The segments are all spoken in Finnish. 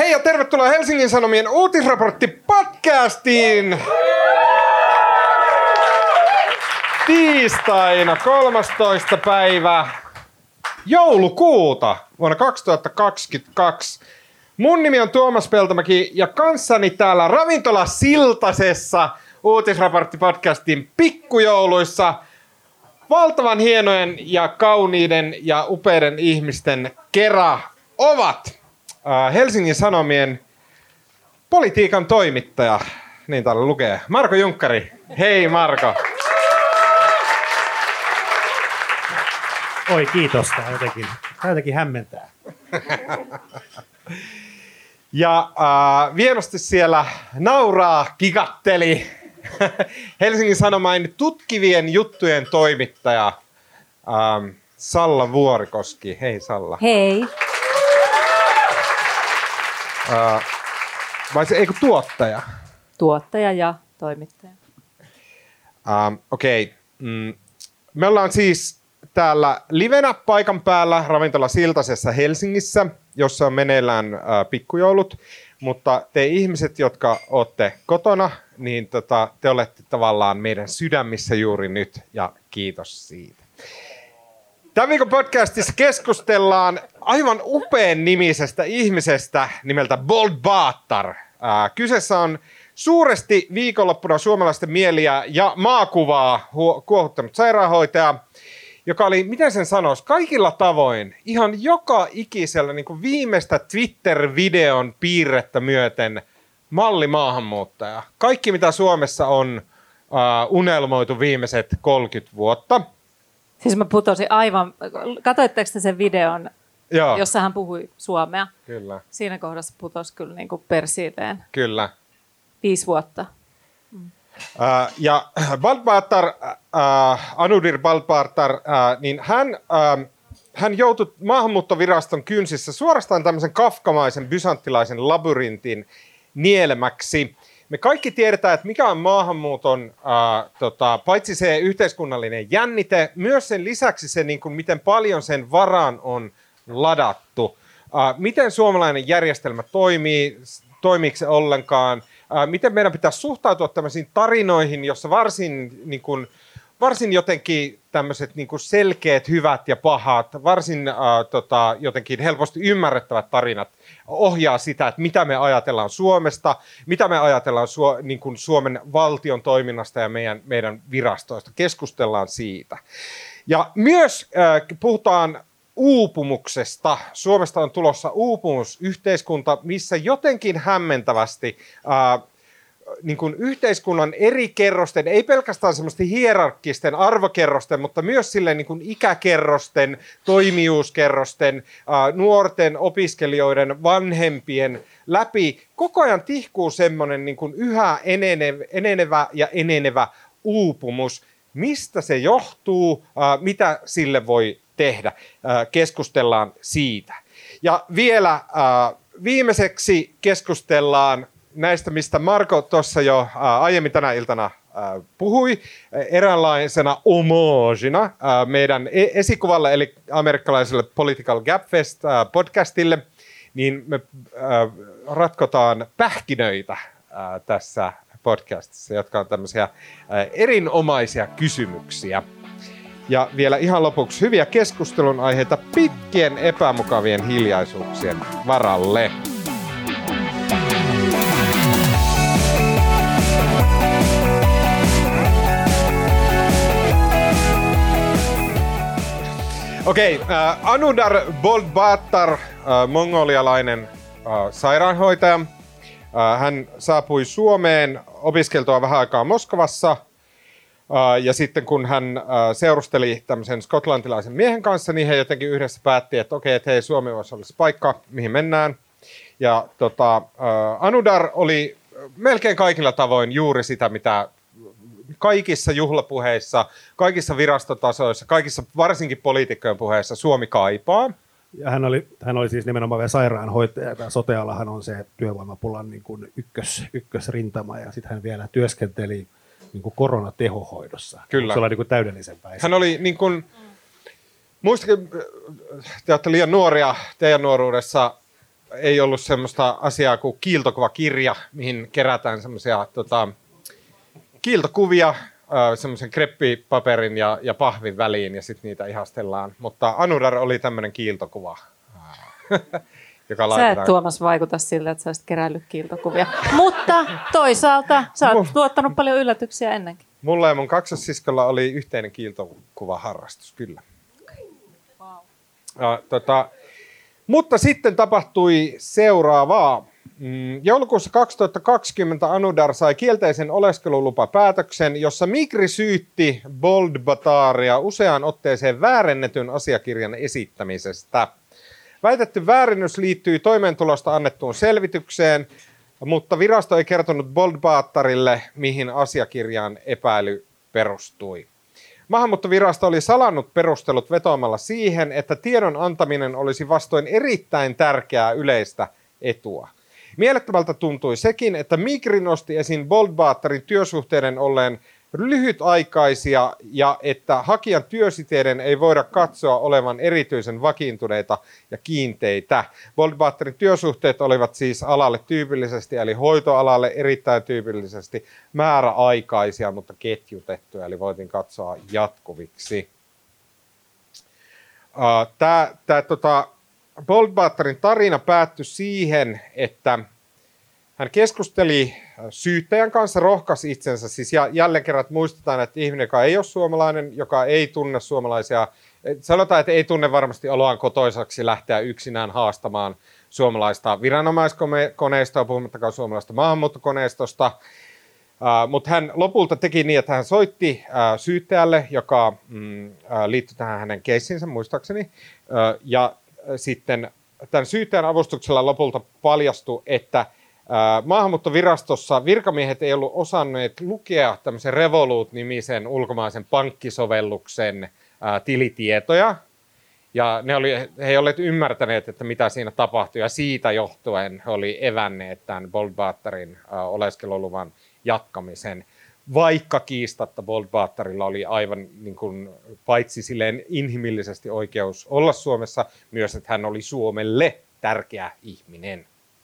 Hei ja tervetuloa Helsingin Sanomien uutisraportti-podcastiin! Tiistaina 13. päivä joulukuuta vuonna 2022. Mun nimi on Tuomas Peltomäki ja kanssani täällä Ravintola Siltasessa uutisraportti-podcastin pikkujouluissa valtavan hienojen ja kauniiden ja upeiden ihmisten kera ovat Helsingin Sanomien politiikan toimittaja, niin täällä lukee, Marko Junkkari. Hei Marko. Oi kiitos, tämä jotenkin hämmentää. Ja vienosti siellä nauraa, kikatteli Helsingin Sanomain tutkivien juttujen toimittaja Salla Vuorikoski. Hei Salla. Hei. Vai se eikö tuottaja? Tuottaja ja toimittaja. Okei. Me ollaan siis täällä livenä paikan päällä Ravintola Siltasessa Helsingissä, jossa on meneillään pikkujoulut. Mutta te ihmiset, jotka olette kotona, niin te olette tavallaan meidän sydämissä juuri nyt ja kiitos siitä. Tämän viikon podcastissa keskustellaan aivan upean nimisestä ihmisestä nimeltä Bold Baatar. Kyseessä on suuresti viikonloppuna suomalaisten mieliä ja maakuvaa kuohuttanut sairaanhoitaja, joka oli, miten sen sanoisi, kaikilla tavoin, ihan joka ikisellä niin kuin viimeistä Twitter-videon piirrettä myöten mallimaahanmuuttaja. Kaikki, mitä Suomessa on unelmoitu viimeiset 30 vuotta. Siis mä putosin aivan, katoitteko te sen videon, Joo. jossa hän puhui suomea? Kyllä. Siinä kohdassa putosi kyllä niin kuin persiiteen. Kyllä. 5 vuotta. Ja Baatar, Anudir Baatar, niin hän joutui maahanmuuttoviraston kynsissä suorastaan tämmöisen kafkamaisen bysanttilaisen labyrintin nielemäksi. Me kaikki tiedetään, että mikä on maahanmuuton, paitsi se yhteiskunnallinen jännite, myös sen lisäksi se, niin kuin, miten paljon sen varaan on ladattu. Miten suomalainen järjestelmä toimii, toimiiko se ollenkaan? Miten meidän pitäisi suhtautua tämmöisiin tarinoihin, jossa varsin jotenkin tämmöiset niin kuin selkeät, hyvät ja pahat, varsin jotenkin helposti ymmärrettävät tarinat ohjaa sitä, että mitä me ajatellaan Suomesta, mitä me ajatellaan niin kuin Suomen valtion toiminnasta ja meidän virastoista. Keskustellaan siitä. Ja myös puhutaan uupumuksesta. Suomesta on tulossa uupumusyhteiskunta, missä jotenkin hämmentävästi niin kuin yhteiskunnan eri kerrosten, ei pelkästään semmoisten hierarkkisten arvokerrosten, mutta myös silleen niin kuin ikäkerrosten, toimijuuskerrosten, nuorten opiskelijoiden, vanhempien läpi koko ajan tihkuu semmoinen niin kuin yhä enenevä uupumus. Mistä se johtuu? Mitä sille voi tehdä? Keskustellaan siitä. Ja vielä viimeiseksi keskustellaan näistä, mistä Marko tuossa jo aiemmin tänä iltana puhui, eräänlaisena homagina meidän esikuvalle, eli amerikkalaiselle Political Gabfest podcastille, niin me ratkotaan pähkinöitä tässä podcastissa, jotka on tämmöisiä erinomaisia kysymyksiä. Ja vielä ihan lopuksi hyviä keskustelun aiheita pitkien epämukavien hiljaisuuksien varalle. Okei, Anudir Baatar, mongolialainen sairaanhoitaja. Hän saapui Suomeen opiskeltua vähän aikaa Moskovassa. Ja sitten kun hän seurusteli tämmöisen skotlantilaisen miehen kanssa, niin he jotenkin yhdessä päätti, että okei, että hei, Suomi voisi olla se paikka, mihin mennään. Ja Anudir oli melkein kaikilla tavoin juuri sitä, mitä kaikissa juhlapuheissa, kaikissa virastotasoissa, kaikissa varsinkin poliitikkojen puheissa Suomi kaipaa. Ja hän oli siis nimenomaan vielä sairaanhoitaja. Tämä sote-alahan on se työvoimapulan niin kuin ykkösrintama, ja sitten hän vielä työskenteli niin kuin koronatehohoidossa. Kyllä. Se oli niin kuin täydellisempää. Hän oli niin kuin, muistakin, te olette liian nuoria teidän nuoruudessa, ei ollut semmoista asiaa kuin kiiltokuvakirja, mihin kerätään semmoisia kiiltokuvia semmoisen kreppipaperin ja pahvin väliin ja sitten niitä ihastellaan. Mutta Anudar oli tämmöinen kiiltokuva, joka laitetaan. Sä et, Tuomas, vaikuta siltä, että sä olisit keräillyt kiiltokuvia. Mutta toisaalta sä oot tuottanut paljon yllätyksiä ennenkin. Mulla ja mun kaksossiskolla oli yhteinen kiiltokuvaharrastus, kyllä. Wow. Mutta sitten tapahtui seuraavaa. Joulukuussa 2020 Anudar sai kielteisen oleskelulupapäätöksen, jossa Migri syytti Bolibaria useaan otteeseen väärennetyn asiakirjan esittämisestä. Väitetty väärennys liittyi toimeentulosta annettuun selvitykseen, mutta virasto ei kertonut Bolibarille, mihin asiakirjaan epäily perustui. Maahanmuuttovirasto oli salannut perustelut vetoamalla siihen, että tiedon antaminen olisi vastoin erittäin tärkeää yleistä etua. Mielettömältä tuntui sekin, että Migri nosti esiin Bolibarin työsuhteiden olleen lyhytaikaisia ja että hakijan työsiteiden ei voida katsoa olevan erityisen vakiintuneita ja kiinteitä. Bolibarin työsuhteet olivat siis alalle tyypillisesti, eli hoitoalalle erittäin tyypillisesti määräaikaisia, mutta ketjutettuja, eli voitiin katsoa jatkuviksi. Bolibarin tarina päättyi siihen, että hän keskusteli syyttäjän kanssa, rohkaisi itsensä. Siis jälleen kerran muistetaan, että ihminen, joka ei ole suomalainen, joka ei tunne suomalaisia, sanotaan, että ei tunne varmasti oloaan kotoisaksi lähteä yksinään haastamaan suomalaista viranomaiskoneistoa, puhumattakaan suomalaista maahanmuuttokoneistosta. Mutta hän lopulta teki niin, että hän soitti syyttäjälle, joka liittyi tähän hänen keissinsä muistaakseni, ja sitten tämän syyttäjän avustuksella lopulta paljastui, että maahanmuuttovirastossa virkamiehet ei ollut osanneet lukea tämmöisen Revolut-nimisen ulkomaisen pankkisovelluksen tilitietoja. Ja he ei olleet ymmärtäneet, että mitä siinä tapahtui, ja siitä johtuen he oli evänneet tämän Bolibarin oleskeluluvan jatkamisen. Vaikka kiistatta Bolibarilla oli aivan niin kuin, paitsi silleen inhimillisesti oikeus olla Suomessa, myös että hän oli Suomelle tärkeä ihminen.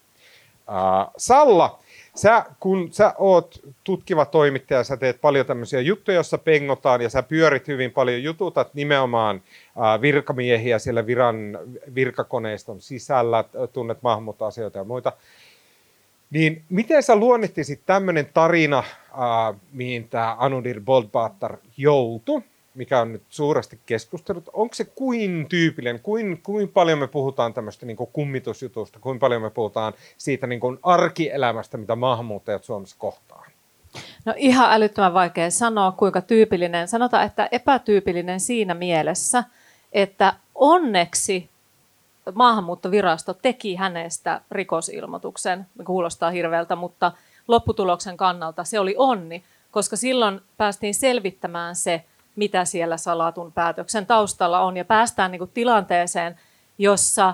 Salla, kun sä oot tutkiva toimittaja, sä teet paljon tämmöisiä juttuja, joissa pengotaan, ja sä pyörit hyvin paljon, jututat nimenomaan virkamiehiä siellä virkakoneiston sisällä, tunnet maahanmuuttoasioita ja muita. Niin miten sä luonnehtisit tämmöinen tarina, mihin tämä Anudar Bolibar joutui, mikä on nyt suuresti keskustellut? Onko se kuin tyypillinen, kuin paljon me puhutaan tämmöistä niin kuin kummitusjutusta, kuin paljon me puhutaan siitä niin kuin arkielämästä, mitä maahanmuuttajat Suomessa kohtaa? No ihan älyttömän vaikea sanoa, kuinka tyypillinen. Sanotaan, että epätyypillinen siinä mielessä, että onneksi Maahanmuuttovirasto teki hänestä rikosilmoituksen. Kuulostaa hirveältä, mutta lopputuloksen kannalta se oli onni, koska silloin päästiin selvittämään se, mitä siellä salatun päätöksen taustalla on. Ja päästään niin kuin tilanteeseen, jossa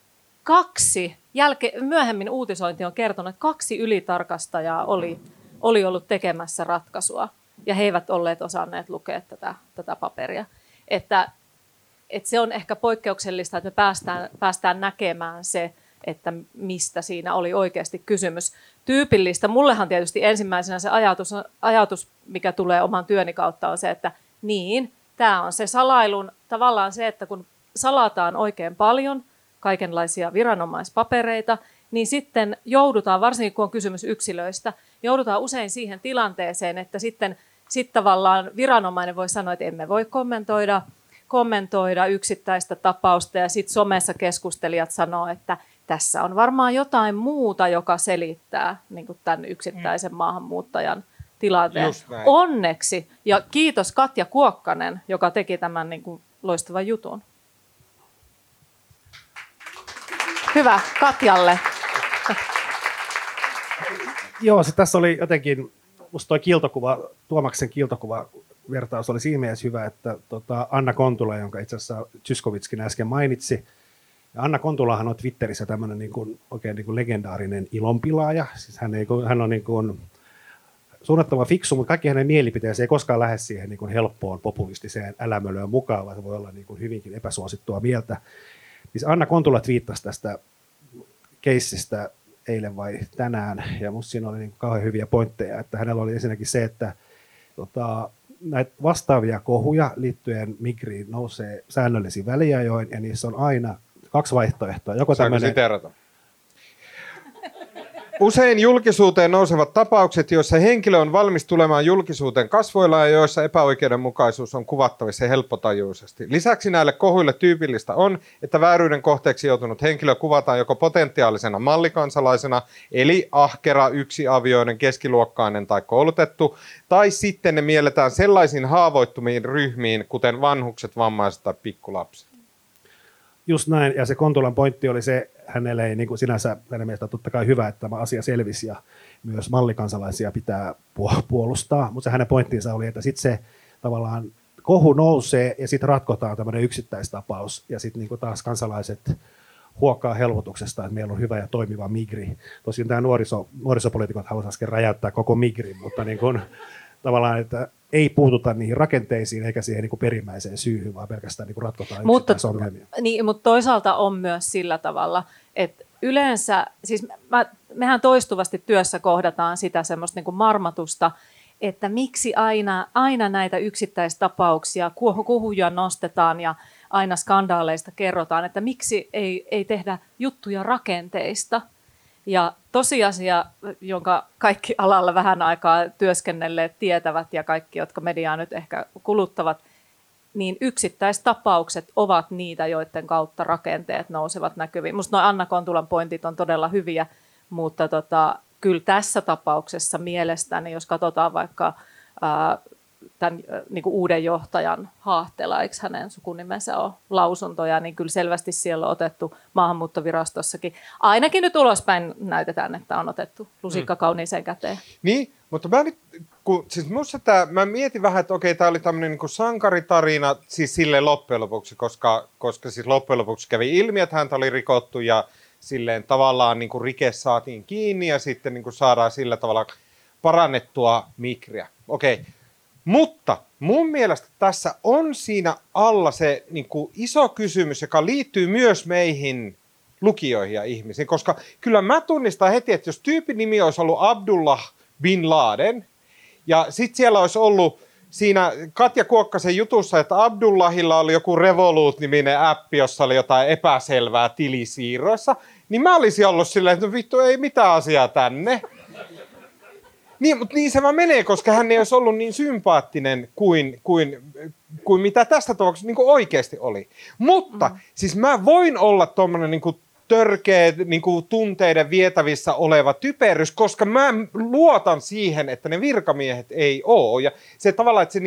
myöhemmin uutisointi on kertonut, että 2 ylitarkastajaa oli ollut tekemässä ratkaisua. Ja he eivät olleet osanneet lukea tätä paperia. Että se on ehkä poikkeuksellista, että me päästään näkemään se, että mistä siinä oli oikeasti kysymys. Tyypillistä, mullehan tietysti ensimmäisenä se ajatus, mikä tulee oman työni kautta, on se, että niin, tämä on se salailun, tavallaan se, että kun salataan oikein paljon kaikenlaisia viranomaispapereita, niin sitten joudutaan, varsinkin kun on kysymys yksilöistä, joudutaan usein siihen tilanteeseen, että sitten tavallaan viranomainen voi sanoa, että emme voi kommentoida yksittäistä tapausta, ja sitten somessa keskustelijat sanoo, että tässä on varmaan jotain muuta, joka selittää niin kuin tämän yksittäisen maahanmuuttajan tilanteen. Onneksi, ja kiitos Katja Kuokkanen, joka teki tämän niin kuin loistavan jutun. Hyvä, Katjalle. Joo, se tässä oli jotenkin, musta toi Tuomaksen kiiltokuva-vertaus oli siinä mielessä hyvä, että Anna Kontula, jonka itse asiassa Zyskowiczkin äsken mainitsi, ja Anna Kontulahan on Twitterissä tämmöinen niin kuin, oikein niin kuin legendaarinen ilonpilaaja. Siis hän on niin kuin suunnattoman fiksu, mutta kaikki hänen mielipiteensä ei koskaan lähde siihen niin kuin helppoon populistiseen älämölöön mukaan, vaan se voi olla niin kuin hyvinkin epäsuosittua mieltä. Siis Anna Kontula twiittasi tästä keissistä eilen vai tänään, ja musta siinä oli niin kauhean hyviä pointteja, että hänellä oli ensinnäkin se, että näitä vastaavia kohuja liittyen migriin nousee säännöllisiin väliajoin, ja niissä on aina 2 vaihtoehtoa. Joko tämmöinen... Usein julkisuuteen nousevat tapaukset, joissa henkilö on valmis tulemaan julkisuuteen kasvoilla ja joissa epäoikeudenmukaisuus on kuvattavissa helppotajuisesti. Lisäksi näille kohuille tyypillistä on, että vääryyden kohteeksi joutunut henkilö kuvataan joko potentiaalisena mallikansalaisena, eli ahkera, yksiavioinen, keskiluokkainen tai koulutettu, tai sitten ne mielletään sellaisiin haavoittumiin ryhmiin, kuten vanhukset, vammaiset tai pikkulapset. Just näin, ja se Kontulan pointti oli se, hänelle ei niin kuin sinänsä hänen mielestä totta kai hyvä, että tämä asia selvisi ja myös mallikansalaisia pitää puolustaa, mutta se hänen pointtinsa oli, että sitten se tavallaan kohu nousee ja sitten ratkotaan tämmöinen yksittäistapaus ja sitten niin taas kansalaiset huokaa helpotuksesta, että meillä on hyvä ja toimiva migri. Tosin tämä nuorisopoliitikot haluaisi äsken räjäyttää koko migrin, mutta niin kuin, tavallaan, että ei puututa niihin rakenteisiin eikä siihen niin kuin perimmäiseen syyhyn, vaan pelkästään niin kuin ratkotaan yksittäisongelmia. Mutta toisaalta on myös sillä tavalla, että yleensä, siis mehän toistuvasti työssä kohdataan sitä semmoista niin kuin marmatusta, että miksi aina näitä yksittäistapauksia, kuhuja nostetaan ja aina skandaaleista kerrotaan, että miksi ei tehdä juttuja rakenteista. Ja tosiasia, jonka kaikki alalla vähän aikaa työskennelleet tietävät ja kaikki, jotka mediaa nyt ehkä kuluttavat, niin yksittäistapaukset ovat niitä, joiden kautta rakenteet nousevat näkyviin. Minusta nuo Anna Kontulan pointit on todella hyviä, mutta kyllä tässä tapauksessa mielestäni, jos katsotaan vaikka tämän niin kuin uuden johtajan Haahtela, eikö hänen sukunimensä ole lausuntoja, niin kyllä selvästi siellä on otettu Maahanmuuttovirastossakin. Ainakin nyt ulospäin näytetään, että on otettu lusikka kauniiseen käteen. Niin, mutta mä mietin vähän, että okei, tämä oli tämmöinen niin kuin sankaritarina siis silleen loppujen lopuksi, koska siis loppujen lopuksi kävi ilmi, että häntä oli rikottu ja silleen tavallaan niin kuin rike saatiin kiinni ja sitten niin kuin saadaan sillä tavalla parannettua migriä. Okei. Mutta mun mielestä tässä on siinä alla se niin kuin iso kysymys, joka liittyy myös meihin lukijoihin ja ihmisiin, koska kyllä mä tunnistan heti, että jos tyypin nimi olisi ollut Abdullah bin Laden, ja sitten siellä olisi ollut siinä Katja Kuokkasen jutussa, että Abdullahilla oli joku Revolut-niminen appi, jossa oli jotain epäselvää tilisiirroissa, niin mä olisin ollut silleen, että no vittu, ei mitään asiaa tänne. Niin, mutta niin se vaan menee, koska hän ei olisi ollut niin sympaattinen kuin mitä tästä tapauksessa niin kuin oikeasti oli. Mutta siis mä voin olla tuommoinen niin törkeä niin kuin tunteiden vietävissä oleva typerys, koska mä luotan siihen, että ne virkamiehet ei ole. Ja se tavallaan, että se,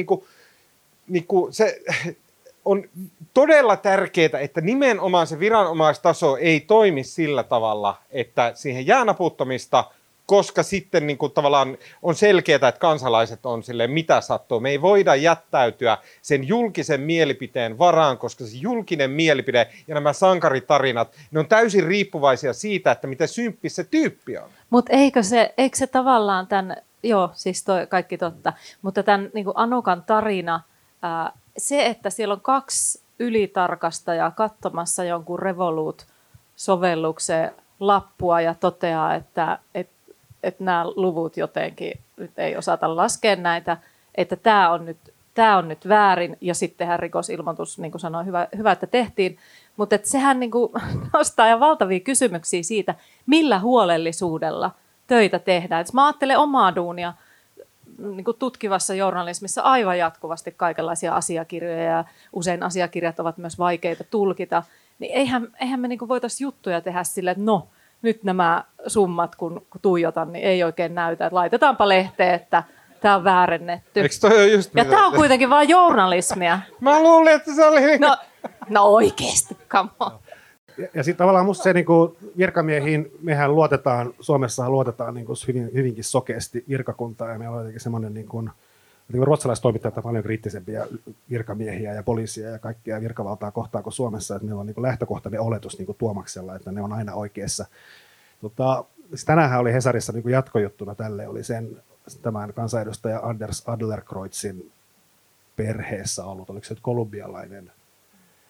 se on todella tärkeää, että nimenomaan se viranomaistaso ei toimi sillä tavalla, että siihen jää naputtamista, koska sitten niin kuin tavallaan on selkeää, että kansalaiset on silleen, mitä sattuu. Me ei voida jättäytyä sen julkisen mielipiteen varaan, koska se julkinen mielipide ja nämä sankaritarinat, ne on täysin riippuvaisia siitä, että miten symppis se tyyppi on. Mutta eikö se tavallaan tämän, joo siis toi kaikki totta, mutta tämän niin kuin Anukan tarina, se, että siellä on 2 ylitarkastajaa katsomassa jonkun Revolut-sovelluksen lappua ja toteaa, että nämä luvut jotenkin nyt ei osata laskea näitä, että tämä on nyt väärin ja sitten tehdään rikosilmoitus, niin kuin sanoin, hyvä että tehtiin, mutta sehän niin kuin nostaa jo valtavia kysymyksiä siitä, millä huolellisuudella töitä tehdään. Et mä ajattelen omaa duunia niin kuin tutkivassa journalismissa aivan jatkuvasti kaikenlaisia asiakirjoja ja usein asiakirjat ovat myös vaikeita tulkita, niin eihän me niin kuin voitaisiin juttuja tehdä silleen, että no, nyt nämä summat, kun tuijotan, niin ei oikein näytä. Että laitetaanpa lehteen, että tämä on väärennetty. Eikö toi ole just ja tämä on kuitenkin vain journalismia. Mä luulin, että se oli... No oikeasti, come on. Ja sitten tavallaan musta se niin kuin virkamiehiin, mehän Suomessa luotetaan niin kuin hyvinkin sokeasti virkakuntaa, ja meillä on jotenkin semmoinen, niin kuin ruotsalaiset toimittajat on paljon kriittisempiä virkamiehiä ja poliisia ja kaikkia virkavaltaa kohtaan kuin Suomessa, että meillä on niin kuin lähtökohtainen oletus niin kuin Tuomaksella, että ne on aina oikeassa. Tänäänhän oli Hesarissa niin kuin jatkojuttuna tälle, oli tämän kansanedustaja Anders Adlercreutzin perheessä ollut, oliko se kolumbialainen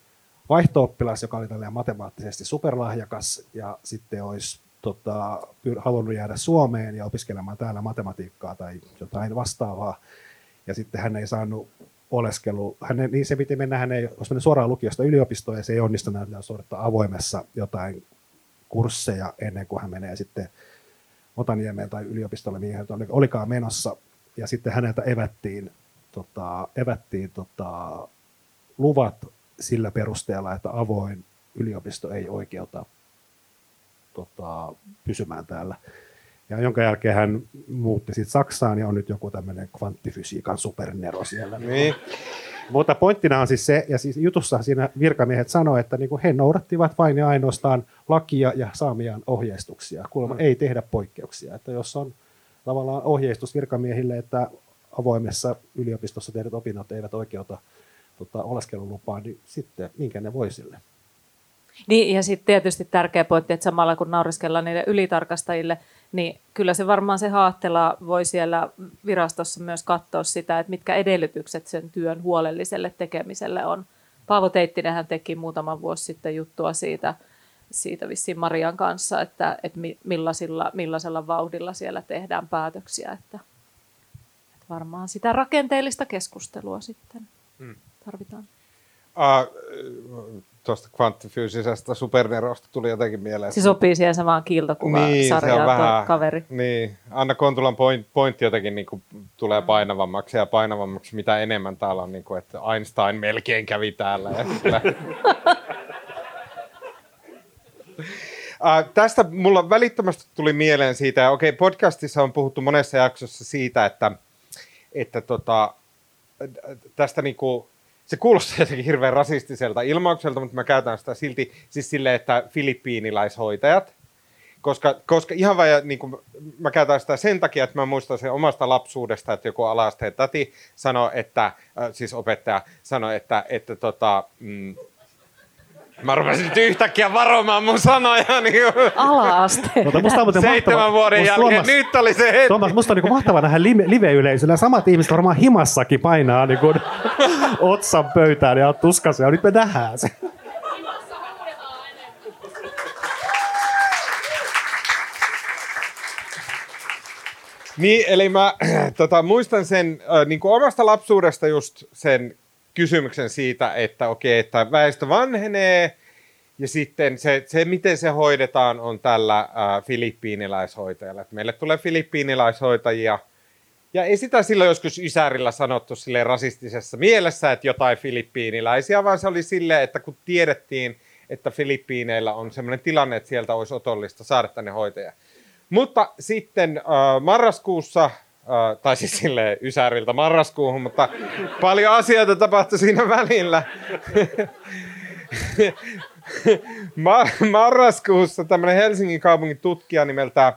vaihto-oppilas, joka oli tällainen matemaattisesti superlahjakas ja sitten olisi halunnut jäädä Suomeen ja opiskelemaan täällä matematiikkaa tai jotain vastaavaa. Ja sitten hän ei saanut niin se piti mennä, hän ei olisi mennyt suoraan lukiosta yliopistoon ja se ei onnistunut suorittaa avoimessa jotain kursseja ennen kuin hän menee sitten Otaniemeen tai yliopistolle, mihin hän olikaan menossa. Ja sitten häneltä evättiin luvat sillä perusteella, että avoin yliopisto ei oikeuta pysymään täällä. Ja jonka jälkeen hän muutti sitten Saksaan ja on nyt joku tämmöinen kvanttifysiikan supernero siellä. Niin. Mutta pointtina on siis se, ja siis jutussa siinä virkamiehet sanoivat, että niinku he noudattivat vain ja ainoastaan lakia ja saamiaan ohjeistuksia. Kuulemma ei tehdä poikkeuksia. Että jos on tavallaan ohjeistus virkamiehille, että avoimessa yliopistossa tehdyt opinnot eivät oikeuta oleskelulupaa, niin sitten minkä ne voi sille? Niin, ja sitten tietysti tärkeä pointti, että samalla kun nauriskellaan niille ylitarkastajille, niin kyllä se varmaan se haahtela voi siellä virastossa myös katsoa sitä, että mitkä edellytykset sen työn huolelliselle tekemiselle on. Paavo Teittinenhän teki muutama vuosi sitten juttua siitä vissiin Marian kanssa, että millaisella vauhdilla siellä tehdään päätöksiä. Että varmaan sitä rakenteellista keskustelua sitten tarvitaan. Tuosta kvanttifyysisestä supernerosta tuli jotenkin mieleen. Se sopii siihen samaan kiiltokuvasarjaan tuo kaveri. Niin, Anna Kontulan pointti jotenkin niin kuin tulee painavammaksi ja painavammaksi, mitä enemmän täällä on, niin kuin, että Einstein melkein kävi täällä. Ja tästä mulla välittömästi tuli mieleen siitä, ja okei, podcastissa on puhuttu monessa jaksossa siitä, että tästä niinku, se kuulostaa jotenkin hirveän rasistiselta ilmaukselta, mutta mä käytän sitä silti siis silleen, että filippiiniläishoitajat, koska ihan vaan niin kuin, mä käytän sitä sen takia, että mä muistan sen omasta lapsuudesta, että joku ala-asteen täti sanoi, että, siis opettaja sanoi, että mä rupesin nyt yhtäkkiä varomaan mun sanoja. Niin ala-asteen. 7 vuoden jälkeen. Nyt oli se hetki. Tuomas, musta on niin mahtavaa nähdä live-yleisöllä. Samat ihmiset varmaan himassakin painaa niin kuin otsan pöytään ja tuskasia. Nyt me nähdään se. Niin, eli mä muistan sen niin kuin omasta lapsuudesta just sen kysymyksen siitä, että okei, että väestö vanhenee ja sitten se miten se hoidetaan on tällä filippiiniläishoitajalla. Että meille tulee filippiiniläishoitajia ja ei sitä silloin joskus Ysärillä sanottu silleen rasistisessa mielessä, että jotain filippiiniläisiä, vaan se oli silleen, että kun tiedettiin, että Filippiineillä on sellainen tilanne, että sieltä olisi otollista saada tänne hoitajia. Mutta sitten marraskuussa, tai siis silleen Ysäriltä marraskuuhun, mutta paljon asioita tapahtui siinä välillä. Marraskuussa tämmöinen Helsingin kaupungin tutkija nimeltä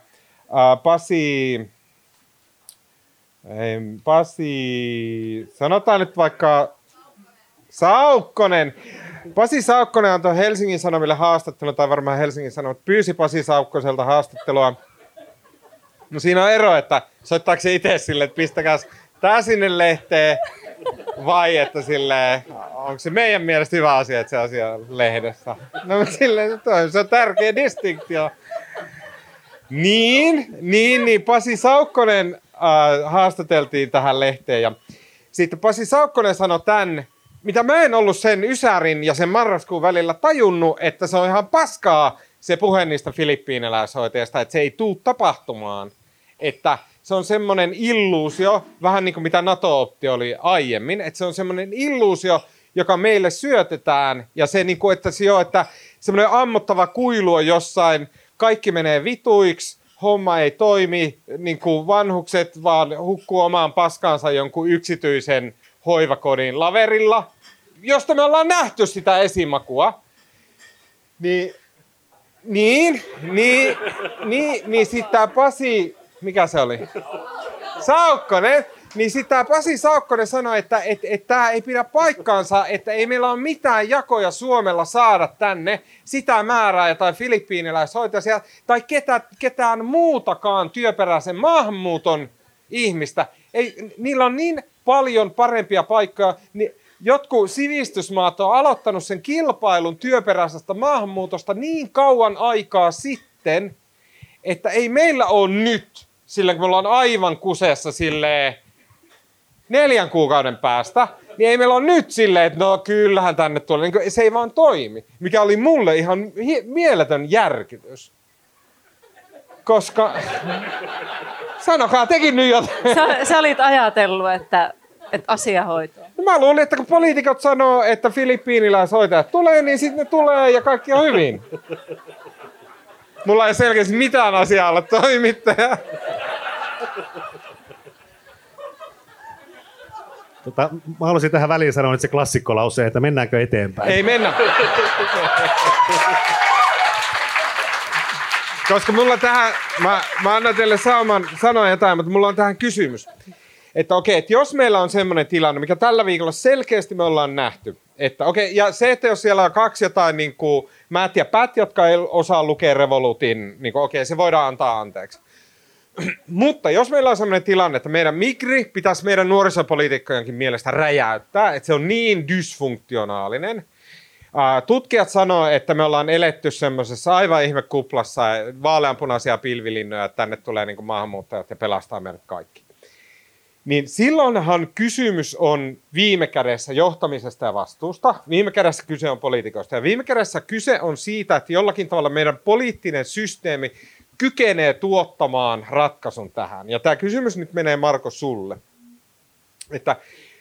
sanotaan nyt vaikka Saukkonen. Pasi Saukkonen antoi Helsingin Sanomille haastattelun, tai varmaan Helsingin Sanomat pyysi Pasi Saukkoselta haastattelua. No siinä on ero, että soittaako se itse sille, että pistäkääs tää sinne lehteen, vai että silleen, onko se meidän mielestä hyvä asia, että se asia lehdessä. No mutta silleen se on tärkeä distinktio. Niin, Pasi Saukkonen haastateltiin tähän lehteen ja sitten Pasi Saukkonen sanoi tämän, mitä mä en ollut sen Ysärin ja sen marraskuun välillä tajunnut, että se on ihan paskaa se puhe niistä filippiiniläishoitajasta, että se ei tule tapahtumaan. Että se on semmoinen illuusio, vähän niin kuin mitä NATO-opti oli aiemmin, että se on semmoinen illuusio, joka meille syötetään ja se niin kuin, että semmoinen ammottava kuilu on jossain, kaikki menee vituiksi, homma ei toimi, niin kuin vanhukset vaan hukkuu omaan paskaansa jonkun yksityisen hoivakodin laverilla, josta me ollaan nähty sitä esimakua. Niin sitten tämä Pasi, mikä se oli? Saukkonen. Niin sitten tämä Pasi Saukkonen sanoi, että tämä ei pidä paikkaansa, että ei meillä ole mitään jakoja Suomella saada tänne sitä määrää tai filippiiniläishoitajia tai ketään muutakaan työperäisen maahanmuuton ihmistä. Niillä on niin paljon parempia paikkoja. jotkut sivistysmaat on aloittanut sen kilpailun työperäisestä maahanmuutosta niin kauan aikaa sitten, että ei meillä ole nyt, sillä kun me ollaan aivan kuseessa silleen 4 kuukauden päästä, niin ei meillä ole nyt silleen, että no kyllähän tänne tulee. Niin se ei vaan toimi, mikä oli mulle ihan mieletön järkytys. Koska, sanokaa tekin nyt jotain. Sä olit ajatellut, että asia hoituu. Mä luulin, että kun poliitikot sanoo, että filippiiniläishoitajat tulee, niin sitten ne tulee ja kaikki on hyvin. Mulla ei selkeästi mitään asiaa olla toimittaja. Mä haluaisin tähän väliin sanoa nyt se klassikkolause, että mennäänkö eteenpäin? Ei mennä. Koska mulla tähän, mä annan teille sanoa jotain, mutta mulla on tähän kysymys. Että okei, että jos meillä on semmoinen tilanne, mikä tällä viikolla selkeästi me ollaan nähty, että okei, ja se, että jos siellä on 2 jotain niin kuin Matt ja Pat, jotka ei osaa lukea Revolutin, niin kuin, okei, se voidaan antaa anteeksi. Mutta jos meillä on sellainen tilanne, että meidän migri pitäisi meidän nuorisopoliitikkojenkin mielestä räjäyttää, että se on niin dysfunktionaalinen. Tutkijat sanoo, että me ollaan eletty semmoisessa aivan ihmekuplassa, vaaleanpunaisia pilvilinnoja, että tänne tulee niin kuin maahanmuuttajat ja pelastaa meidät kaikki. Niin silloinhan kysymys on viime kädessä johtamisesta ja vastuusta. Viime kädessä kyse on poliitikoista. Ja viime kädessä kyse on siitä, että jollakin tavalla meidän poliittinen systeemi kykenee tuottamaan ratkaisun tähän. Ja tämä kysymys nyt menee, Marko, sulle. Että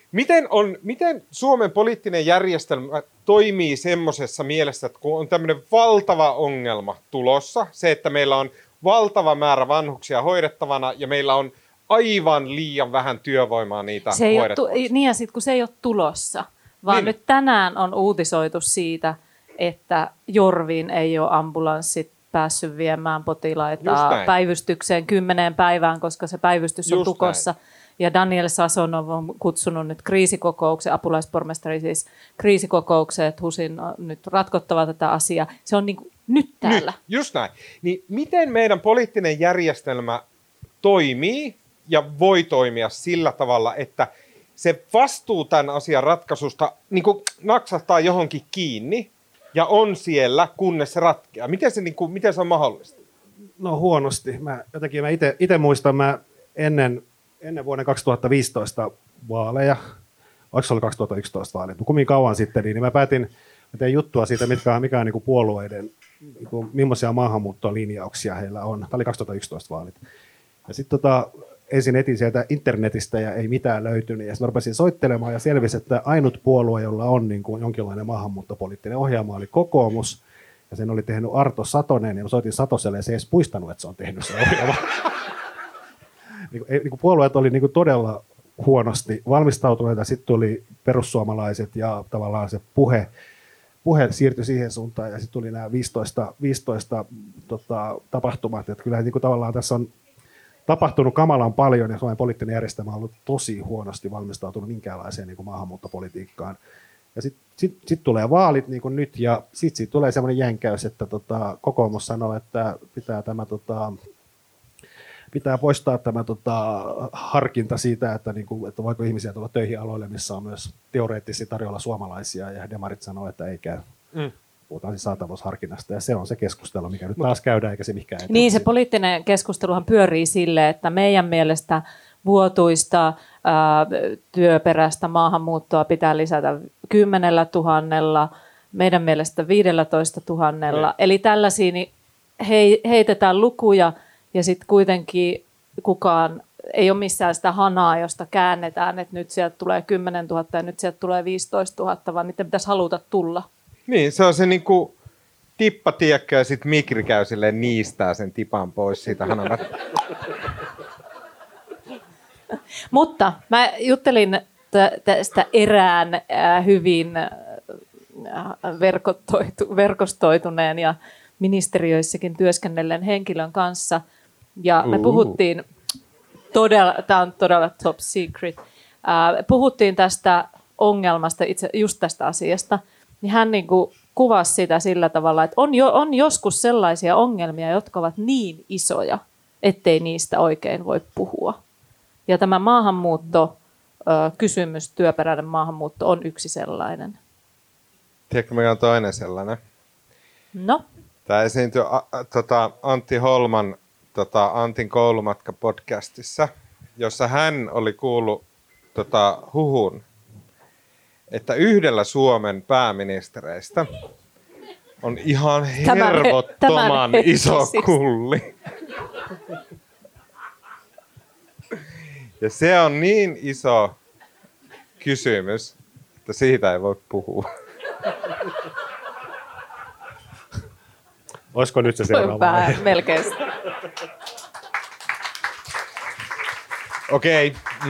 miten Suomen poliittinen järjestelmä toimii semmoisessa mielessä, että kun on tämmöinen valtava ongelma tulossa, se, että meillä on valtava määrä vanhuksia hoidettavana ja meillä on aivan liian vähän työvoimaa niitä hoidettavaksi. Niin ja sitten kun se ei ole tulossa, vaan nyt tänään on uutisoitu siitä, että Jorviin ei ole ambulanssit päässyt viemään potilaita päivystykseen 10 päivään, koska se päivystys on tukossa. Näin. Ja Daniel Sasonov on kutsunut nyt kriisikokouksen, apulaispormestari siis kriisikokoukseen, että HUSin on nyt ratkottava tätä asiaa. Se on niin kuin nyt täällä. Nyt, just näin. Niin miten meidän poliittinen järjestelmä toimii ja voi toimia sillä tavalla, että se vastuu tämän asian ratkaisusta niin kuin naksahtaa johonkin kiinni ja on siellä, kunnes se ratkeaa. Miten se on mahdollista? No huonosti. Mä itse muistan, ennen vuoden 2015 vaaleja, oliko se oli 2011 vaalit, kummin kauan sitten, niin mä tein juttua siitä, mikä on niin kuin puolueiden, niin kuin, millaisia maahanmuuttolinjauksia heillä on. Tämä oli 2011 vaalit. Ja sitten ensin etin sieltä internetistä ja ei mitään löytynyt. Ja sitten rupesin soittelemaan ja selvisi, että ainut puolue, jolla on niin kuin jonkinlainen maahanmuuttopoliittinen ohjelma, oli kokoomus. Ja sen oli tehnyt Arto Satonen, ja mä soitin Satoselle, ja se ei edes muistanut, että se on tehnyt se ohjelma. Puolueet oli todella huonosti valmistautuneita. Sitten tuli perussuomalaiset, ja tavallaan se puhe siirtyi siihen suuntaan, ja sitten tuli nämä 15 tapahtumat. Että kyllä tavallaan tässä on tapahtunut kamalan paljon, ja Suomen poliittinen järjestelmä on ollut tosi huonosti valmistautunut minkäänlaiseen politiikkaan. Ja sitten tulee vaalit niin kuin nyt, ja sitten tulee semmoinen jänkäys, että kokoomus sanoo, että pitää poistaa tämä harkinta siitä, että voiko ihmisiä tulla töihin aloille, missä on myös teoreettisesti tarjolla suomalaisia, ja demarit sanoo, että ei käy. Puhutaan siis saatavuusharkinnasta, ja se on se keskustelu, mikä nyt taas käydään, eikä se mikään eteen. Niin, se poliittinen keskusteluhan pyörii sille, että meidän mielestä vuotuista työperäistä maahanmuuttoa pitää lisätä 10 000, meidän mielestä 15 000. Eli tällaisia niin heitetään lukuja, ja sitten kuitenkin kukaan ei ole missään sitä hanaa, josta käännetään, että nyt sieltä tulee 10 000 ja nyt sieltä tulee 15 000, vaan niiden pitäisi haluta tulla. Niin, se on se niinku tippatiekkö ja sitten Mikri käy silleen niistää sen tipan pois siitä hanan. Mutta mä juttelin tästä erään hyvin verkostoituneen ja ministeriöissäkin työskennelleen henkilön kanssa. Ja me puhuttiin, tämä on todella top secret, puhuttiin tästä ongelmasta, just tästä asiasta. Niin hän kuvasi sitä sillä tavalla, että on joskus sellaisia ongelmia, jotka ovat niin isoja, ettei niistä oikein voi puhua. Ja tämä maahanmuutto kysymys, työperäinen maahanmuutto, on yksi sellainen. Tiedätkö, mikä on toinen sellainen? No? Tämä esiintyi Antti Holman Antin koulumatka-podcastissa, jossa hän oli kuullut huhun, että yhdellä Suomen pääministereistä on ihan hervottoman iso kulli. Ja se on niin iso kysymys, että siitä ei voi puhua. Olisiko nyt se seuraava aihe? Melkein. Okei.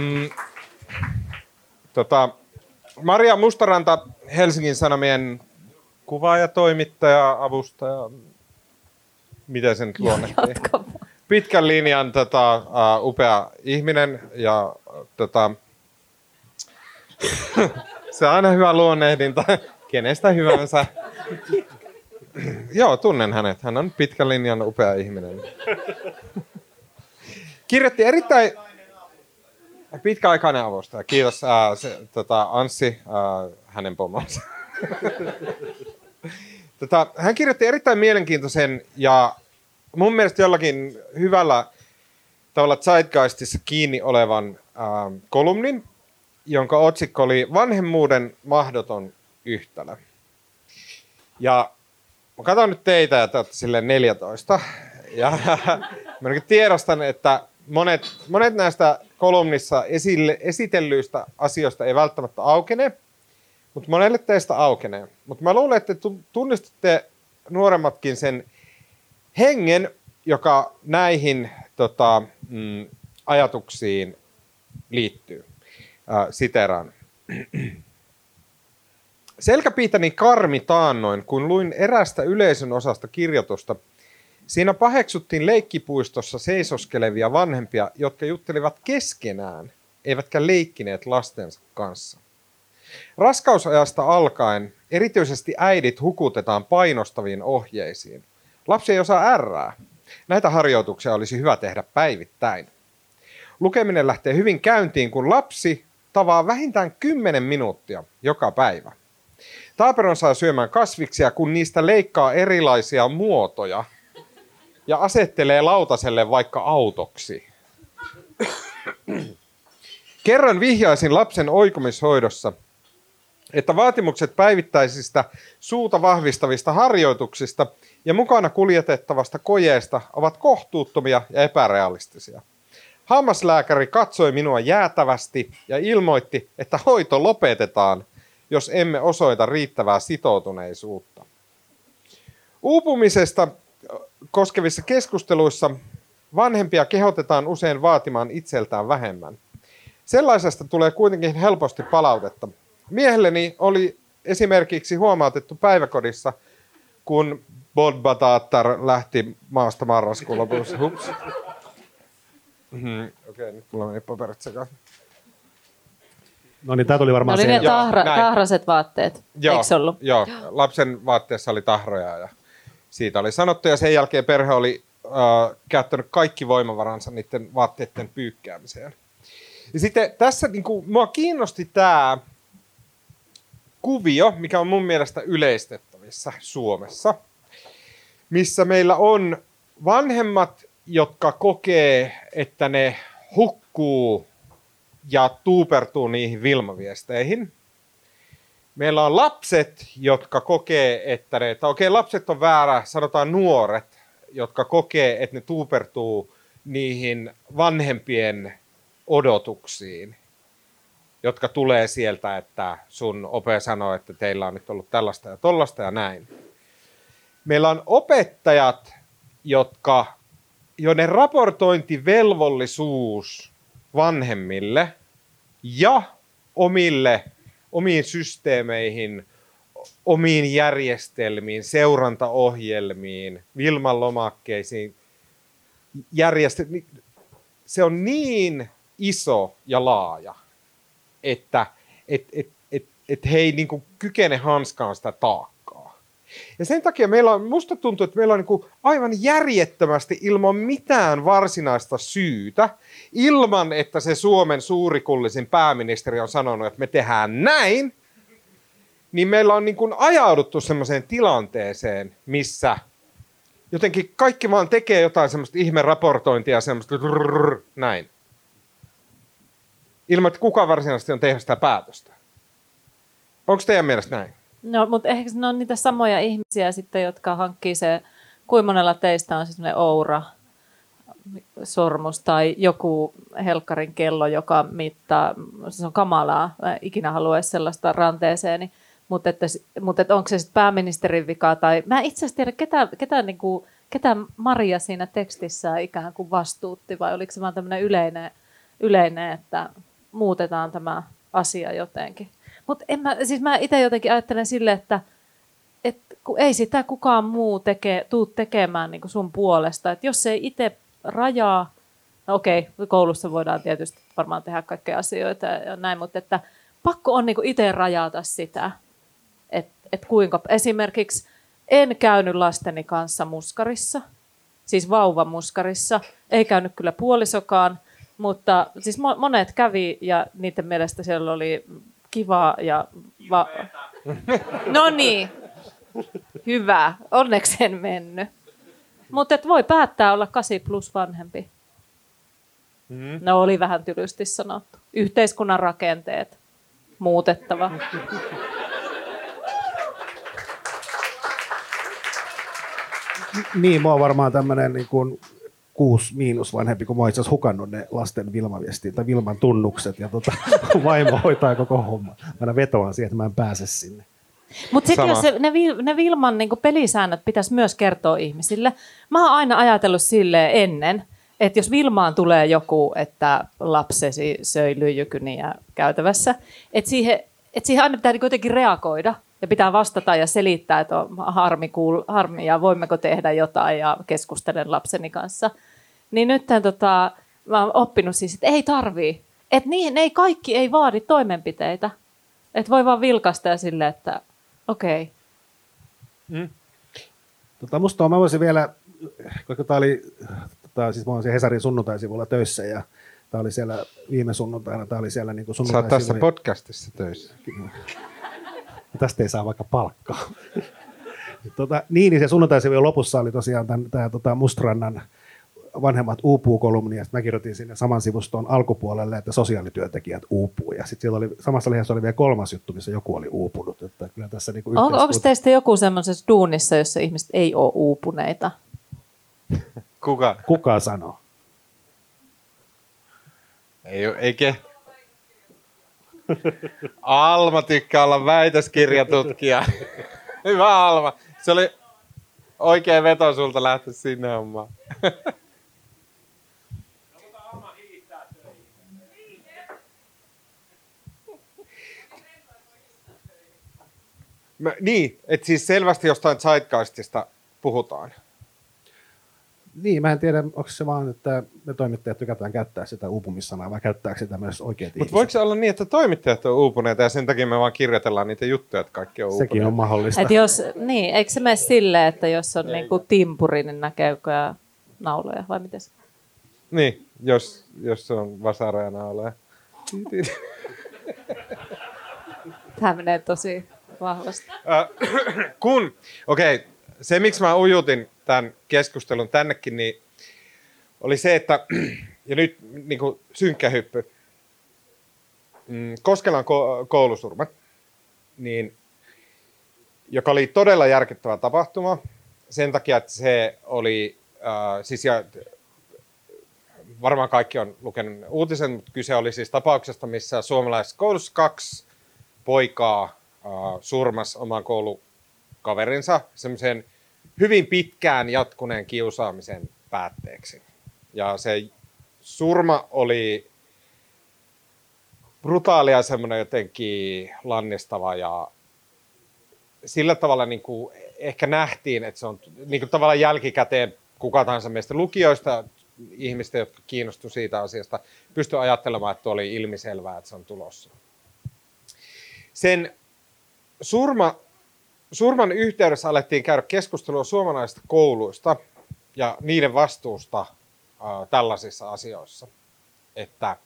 Maria Mustaranta, Helsingin Sanomien kuvaaja, toimittaja, avustaja. Miten sen nyt luonnehtii? Pitkän linjan upea ihminen ja se on aina hyvä luonnehdinta kenestä hyvänsä. Joo, tunnen hänet. Hän on pitkän linjan upea ihminen. Kirjoitti erittäin pitkäaikainen avustaja. Kiitos Anssi, hänen pomonsa. Hän kirjoitti erittäin mielenkiintoisen ja mun mielestä jollakin hyvällä tavalla zeitgeistissa kiinni olevan kolumnin, jonka otsikko oli Vanhemmuuden mahdoton yhtälö. Ja mä katson nyt teitä ja te olette silleen 14. Ja mä tiedostan, että monet näistä kolumnissa esitellyistä asioista ei välttämättä aukene, mutta monelle teistä aukenee. Mutta mä luulen, että tunnistatte nuoremmatkin sen hengen, joka näihin ajatuksiin liittyy. Siteraan. Selkäpiitäni karmi taannoin, kun luin erästä yleisön osasta kirjoitusta. Siinä paheksuttiin leikkipuistossa seisoskelevia vanhempia, jotka juttelivat keskenään, eivätkä leikkineet lastensa kanssa. Raskausajasta alkaen erityisesti äidit hukutetaan painostaviin ohjeisiin. Lapsi ei osaa ärrää. Näitä harjoituksia olisi hyvä tehdä päivittäin. Lukeminen lähtee hyvin käyntiin, kun lapsi tavaa vähintään 10 minuuttia joka päivä. Taaperon saa syömään kasviksia, kun niistä leikkaa erilaisia muotoja ja asettelee lautaselle vaikka autoksi. Kerran vihjaisin lapsen oikomishoidossa, että vaatimukset päivittäisistä suuta vahvistavista harjoituksista ja mukana kuljetettavasta kojeesta ovat kohtuuttomia ja epärealistisia. Hammaslääkäri katsoi minua jäätävästi ja ilmoitti, että hoito lopetetaan, jos emme osoita riittävää sitoutuneisuutta. Uupumisesta koskevissa keskusteluissa vanhempia kehotetaan usein vaatimaan itseltään vähemmän. Sellaisesta tulee kuitenkin helposti palautetta. Miehelleni oli esimerkiksi huomautettu päiväkodissa, kun Bodbataattar lähti maasta marraskuun lopussa. Okei, nyt mulla meni paperit sekaisin. No niin, tää tuli varmaan sen. Tahraset vaatteet, eikö se ollut? Joo, lapsen vaatteessa oli tahroja ja siitä oli sanottu. Ja sen jälkeen perhe oli käyttänyt kaikki voimavaransa niiden vaatteiden pyykkäämiseen. Ja sitten tässä mua kiinnosti tämä kuvio, mikä on mun mielestä yleistettävissä Suomessa, missä meillä on vanhemmat, jotka kokee, että ne hukkuu ja tuupertuu niihin Vilma-viesteihin. Meillä on lapset, jotka kokee, että lapset on väärä, sanotaan nuoret, jotka kokee, että ne tuupertuu niihin vanhempien odotuksiin, jotka tulee sieltä, että sun ope sanoo, että teillä on nyt ollut tällaista ja tollaista ja näin. Meillä on opettajat, joiden raportointivelvollisuus vanhemmille ja omiin systeemeihin, omiin järjestelmiin, seurantaohjelmiin, Vilman lomakkeisiin, se on niin iso ja laaja, että he ei kykene hanskaan sitä taakkaa. Ja sen takia musta tuntuu, että meillä on niin kuin aivan järjettömästi ilman mitään varsinaista syytä, ilman että se Suomen suurikullisin pääministeri on sanonut, että me tehdään näin, niin meillä on niin kuin ajauduttu semmoiseen tilanteeseen, missä jotenkin kaikki vaan tekee jotain semmoista ihmeraportointia, semmoista näin. Ilman, että kukaan varsinaisesti on tehnyt sitä päätöstä. Onko teidän mielestä näin? No, mutta ehkä ne on niitä samoja ihmisiä sitten, jotka hankkii se, kuinka monella teistä on semmoinen Oura-sormus tai joku helkkarin kello, joka mittaa, se on kamalaa, mä ikinä haluaisi sellaista ranteeseeni, mutta onko se sitten pääministerin vika tai, mä itse asiassa tiedä, ketä Maria siinä tekstissä ikään kuin vastuutti vai oliko se vaan tämmöinen yleinen, että muutetaan tämä asia jotenkin. Mutta mä itse jotenkin ajattelen silleen, että kun ei sitä kukaan muu tuu tekemään niin kuin sun puolesta. Että jos ei itse rajaa, no okei, koulussa voidaan tietysti varmaan tehdä kaikkea asioita ja näin, mutta että pakko on niin kuin itse rajata sitä, että kuinka. Esimerkiksi en käynyt lasteni kanssa muskarissa, siis vauvamuskarissa, ei käynyt kyllä puolisokaan, mutta siis monet kävi ja niiden mielestä siellä oli kiva ja... No niin, hyvä. Onneksi en mennyt. Mutta voi päättää olla 8+ vanhempi. No oli vähän tylysti sanottu. Yhteiskunnan rakenteet muutettava. Niin, mä oon varmaan tämmönen niin kuin 6- vanhempi, kun mä oon itse asiassa hukannut ne lasten Vilma-viestiin tai Vilman tunnukset ja vaimo hoitaa koko homma. Mä aina vetoan siihen, että mä en pääse sinne. Mutta sekin, jos ne Vilman niin pelisäännöt pitäisi myös kertoa ihmisille. Mä oon aina ajatellut silleen ennen, että jos Vilmaan tulee joku, että lapsesi söi lyijykyniä käytävässä, että siihen aina pitää jotenkin reagoida ja pitää vastata ja selittää, että on harmi ja voimmeko tehdä jotain ja keskustelen lapseni kanssa. Niin nyt mä oon oppinut siis, että ei tarvii. Että ne kaikki ei vaadi toimenpiteitä. Että voi vaan vilkaista ja silleen, että okei. Mä voisin vielä, koska siis mä oon siellä Hesarin sunnuntaisivulla töissä ja tää oli siellä viime sunnuntaina, tää oli siellä niin kuin sunnuntaisivulla. Sä oot tässä podcastissa töissä. Tästä ei saa vaikka palkkaa. Niin se sunnuntaisivujen lopussa oli tosiaan tämä Mustrannan vanhemmat uupuu-kolumni, ja mä kirjoitin sinne saman sivuston alkupuolelle, että sosiaalityöntekijät uupuu. Ja sitten samassa lehdessä oli vielä 3. juttu, missä joku oli uupunut. Että kyllä tässä niinku onko teistä joku semmoisessa duunissa, jossa ihmiset ei ole uupuneita? Kuka sanoo? Eikä. Alma tykkää olla väitöskirjatutkija. Hyvä Alma. Se oli oikea veto sulta lähteä sinne hommaan. Niin, että siis selvästi jostain zeitgeistista puhutaan. Niin, mä en tiedä, onko se vaan, että me toimittajat tykätään käyttää sitä uupumissanaa, vai käyttääkö sitä myös oikeat ihmiset? Mutta voiko se olla niin, että toimittajat on uupuneita ja sen takia me vaan kirjoitellaan niitä juttuja, että kaikki on uupuneita? Sekin on mahdollista. Eikö se mene silleen, että jos on niinku timpuri, niin näkeekö ja nauloja, vai miten se? Niin, jos on vasara ja nauloja. Tämä menee tosi vahvasti. Se miksi mä ujutin tämän keskustelun tännekin, niin oli se, että, ja nyt niin kuin synkkä hyppy, Koskelan koulusurma, niin, joka oli todella järkyttävä tapahtuma, sen takia, että se oli, varmaan kaikki on lukenut uutisen, mutta kyse oli siis tapauksesta, missä suomalaisessa koulussa 2 poikaa surmas oman koulukaverinsa semmoisen hyvin pitkään jatkuneen kiusaamisen päätteeksi. Ja se surma oli brutaalia, semmoinen jotenkin lannistava ja sillä tavalla niin kuin ehkä nähtiin, että se on niin kuin tavallaan jälkikäteen kuka tahansa meistä lukijoista, ihmistä, jotka kiinnostuivat siitä asiasta, pystyi ajattelemaan, että oli ilmiselvää, että se on tulossa. Sen surma surman yhteydessä alettiin käydä keskustelua suomalaisista kouluista ja niiden vastuusta tällaisissa asioissa. Että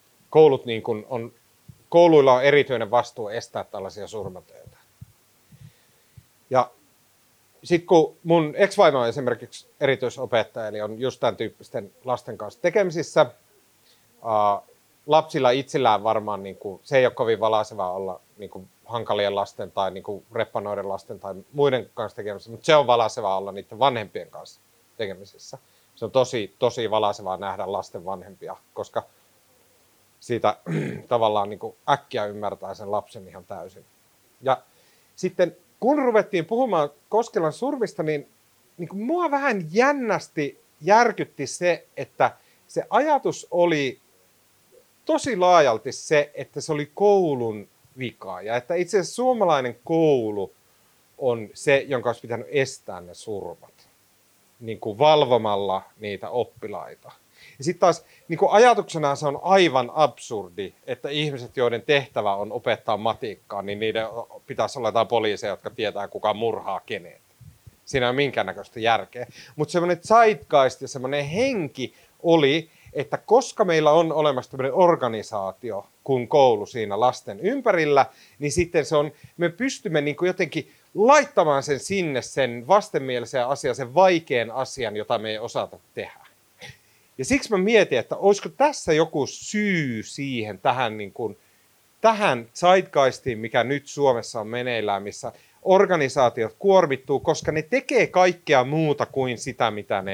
kouluilla on erityinen vastuu estää tällaisia surmatöitä. Ja sitten kun mun ex-vaimo on esimerkiksi erityisopettaja, eli on just tämän tyyppisten lasten kanssa tekemisissä, lapsilla itsellään varmaan se ei ole kovin valaisevaa olla hankalien lasten tai reppanoiden lasten tai muiden kanssa tekemisissä, mutta se on valaisevaa olla niiden vanhempien kanssa tekemisissä. Se on tosi valaisevaa nähdä lasten vanhempia, koska siitä tavallaan äkkiä ymmärtää sen lapsen ihan täysin. Ja sitten kun ruvettiin puhumaan Koskelan surmista, niin mua vähän jännästi järkytti se, että se ajatus oli tosi laajalti se, että se oli koulun vika. Ja että itse asiassa suomalainen koulu on se, jonka olisi pitänyt estää ne surmat. Valvomalla niitä oppilaita. Ja sitten taas ajatuksena se on aivan absurdi, että ihmiset, joiden tehtävä on opettaa matikkaa, niin niiden pitäisi olla jotain poliiseja, jotka tietää, kuka murhaa kenet. Siinä ei ole minkäännäköistä järkeä. Mutta semmoinen zeitgeist ja semmoinen henki oli, että koska meillä on olemassa tämmöinen organisaatio kuin koulu siinä lasten ympärillä, niin sitten me pystymme jotenkin laittamaan sen sinne, sen vastenmielisen asian, sen vaikean asian, jota me ei osata tehdä. Ja siksi mä mietin, että olisiko tässä joku syy siihen tähän zeitgeistiin, mikä nyt Suomessa on meneillään, missä organisaatiot kuormittuu, koska ne tekee kaikkea muuta kuin sitä,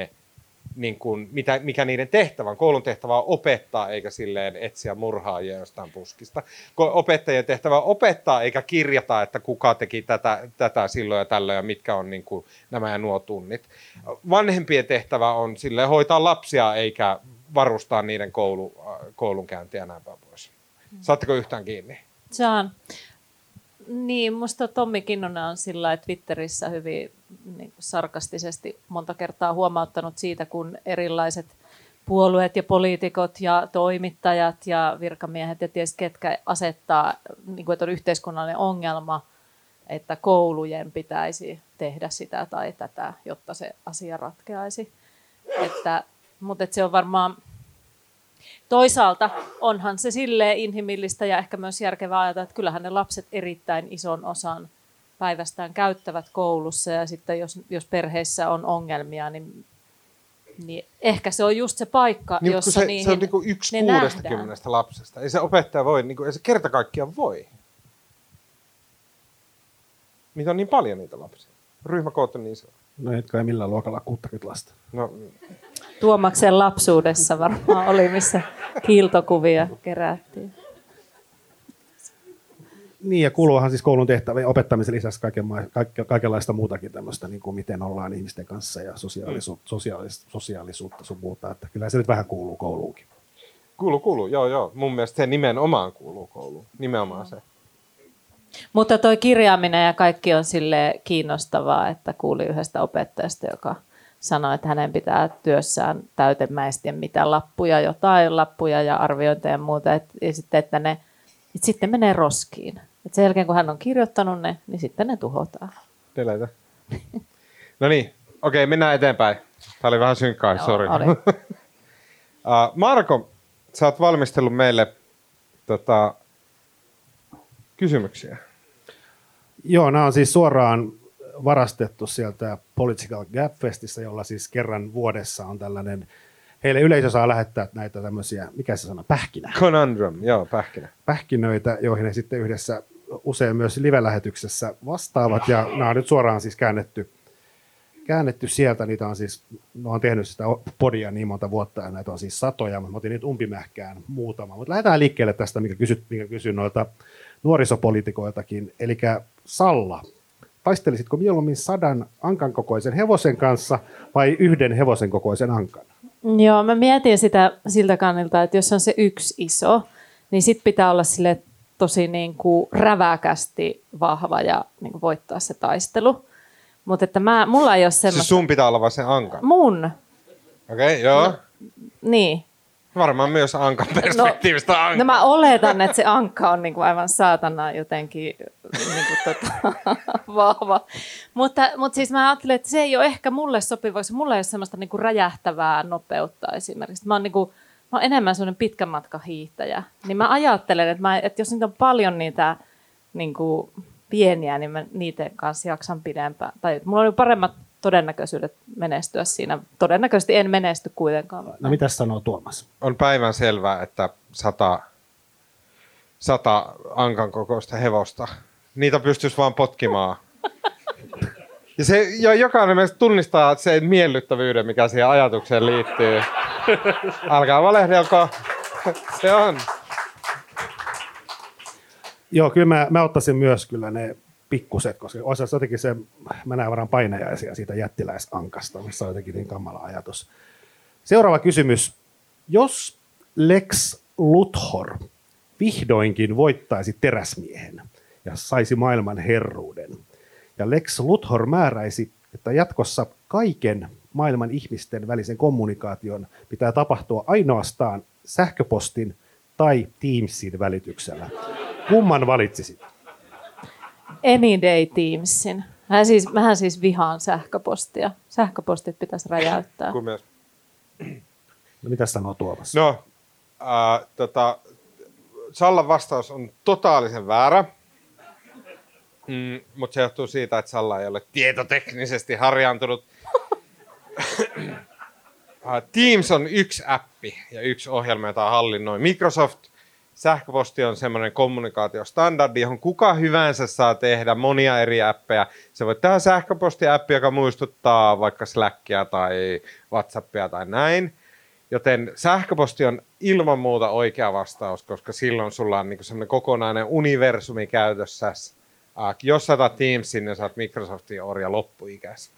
mikä niiden tehtävä on. Koulun tehtävä on opettaa, eikä silleen etsiä murhaajia jostain puskista. Opettajien tehtävä on opettaa, eikä kirjata, että kuka teki tätä silloin ja tällöin ja mitkä on nämä ja nuo tunnit. Vanhempien tehtävä on silleen hoitaa lapsia, eikä varustaa niiden koulunkäyntiä ja näin päin pois. Saatteko yhtään kiinni? Saan. Niin, musta Tommi Kinnunen on sillä Twitterissä hyvin sarkastisesti monta kertaa huomauttanut siitä, kun erilaiset puolueet ja poliitikot ja toimittajat ja virkamiehet ja ties ketkä asettaa, että on yhteiskunnallinen ongelma, että koulujen pitäisi tehdä sitä tai tätä, jotta se asia ratkeaisi. Mutta se on varmaan... Toisaalta onhan se silleen inhimillistä ja ehkä myös järkevää ajatella, että kyllähän ne lapset erittäin ison osan päivästään käyttävät koulussa ja sitten jos perheessä on ongelmia, niin ehkä se on just se paikka, jossa se niihin on yksi 60 lapsesta. Ei se opettaja voi, ei se kerta kaikkiaan voi. Niitä on niin paljon niitä lapsia. Ryhmäkoot on niin iso. No etkä ei millään luokalla 60 lasta. No. Tuomaksen lapsuudessa varmaan oli, missä kiiltokuvia kerättiin. Niin, ja kuuluuhan siis koulun tehtävä opettamisen lisäksi kaikenlaista muutakin tämmöistä, niin kuin miten ollaan ihmisten kanssa ja sosiaalisuutta sun muuta. Että kyllä se nyt vähän kuuluu kouluunkin. Kuuluu, joo. Mun mielestä se nimenomaan kuuluu kouluun. Nimenomaan se. Mutta toi kirjaaminen ja kaikki on sille kiinnostavaa, että kuuli yhdestä opettajasta, joka sanoi, että hänen pitää työssään täytemäisten mitä lappuja ja arviointeja ja muuta. Ja sitten, että sitten menee roskiin. Et sen jälkeen, kun hän on kirjoittanut ne, niin sitten ne tuhotaan. Deleitä. No niin, okei, mennään eteenpäin. Tämä oli vähän synkkää, sori. Marko, sä oot valmistellut meille kysymyksiä. Joo, nämä on siis suoraan varastettu sieltä Political Gap Festissä, jolla siis kerran vuodessa on tällainen, heille yleisö saa lähettää näitä tämmöisiä, mikä se sana, pähkinä? Conundrum, joo, pähkinä. Pähkinöitä, joihin he sitten yhdessä usein myös live-lähetyksessä vastaavat, ja nämä on nyt suoraan siis käännetty sieltä, niitä on siis, olen tehnyt sitä podia niin monta vuotta, ja näitä on siis satoja, mutta otin nyt umpimähkään muutama. Mutta lähdetään liikkeelle tästä, mikä kysyin noilta nuorisopoliitikoiltakin, eli Salla. Taistelisitko mieluummin 100 ankan kokoisen hevosen kanssa vai 1 hevosen kokoisen ankan? Joo, mä mietin sitä siltä kannalta, että jos on se yksi iso, niin sit pitää olla sille tosi niin kuin räväkästi vahva ja niin kuin voittaa se taistelu. Mutta että mulla ei ole semmoista... Siis sun pitää olla vaan se ankan? Mun. Okei, joo. No, niin. Varmaan myös Ankan perspektiivistä Anka. No mä oletan, että se Ankka on niin kuin aivan saatana jotenkin niin kuin vahva. Mutta siis mä ajattelen, että se ei ole ehkä mulle sopiva, koska mulla ei ole semmoista niin kuin räjähtävää nopeutta esimerkiksi. Mä oon enemmän semmoinen pitkän matkan hiihtäjä. Niin mä ajattelen, että jos niitä on paljon niitä niin kuin pieniä, niin mä niiden kanssa jaksan pidempään. Tai mulla on paremmat todennäköisyydet menestyä siinä. Todennäköisesti en menesty kuitenkaan. No mitäs sanoo Tuomas? On päivän selvää, että 100 Ankan kokoista hevosta. Niitä pystyisi vaan potkimaan. Ja jokainen meistä tunnistaa se miellyttävyyden, mikä siihen ajatukseen liittyy. Älkää valehdelko. Se on. Joo, kyllä mä ottaisin myös kyllä ne pikkuset, koska osassa jotenkin se, mä näen varmaan painajaisia siitä jättiläisankasta, missä on jotenkin niin kamala ajatus. Seuraava kysymys. Jos Lex Luthor vihdoinkin voittaisi teräsmiehen ja saisi maailman herruuden, ja Lex Luthor määräisi, että jatkossa kaiken maailman ihmisten välisen kommunikaation pitää tapahtua ainoastaan sähköpostin tai Teamsin välityksellä. Kumman valitsisit? Any Day Teamsin. Mähän siis vihaan sähköpostia. Sähköpostit pitäisi räjäyttää. No mitä sanoo Tuomas? No, Sallan vastaus on totaalisen väärä. Mutta se johtuu siitä, että Salla ei ole tietoteknisesti harjaantunut. Teams on yksi appi ja yksi ohjelma, jota hallinnoi Microsoft. Sähköposti on semmoinen kommunikaatiostandardi, johon kuka hyvänsä saa tehdä monia eri appeja. Se voi tehdä sähköposti-appi, joka muistuttaa vaikka Slackia tai WhatsAppia tai näin. Joten sähköposti on ilman muuta oikea vastaus, koska silloin sulla on niinku semmoinen kokonainen universumi käytössä. Jos sä otat Teamsin, niin sä oot Microsoftin orja loppuikäis.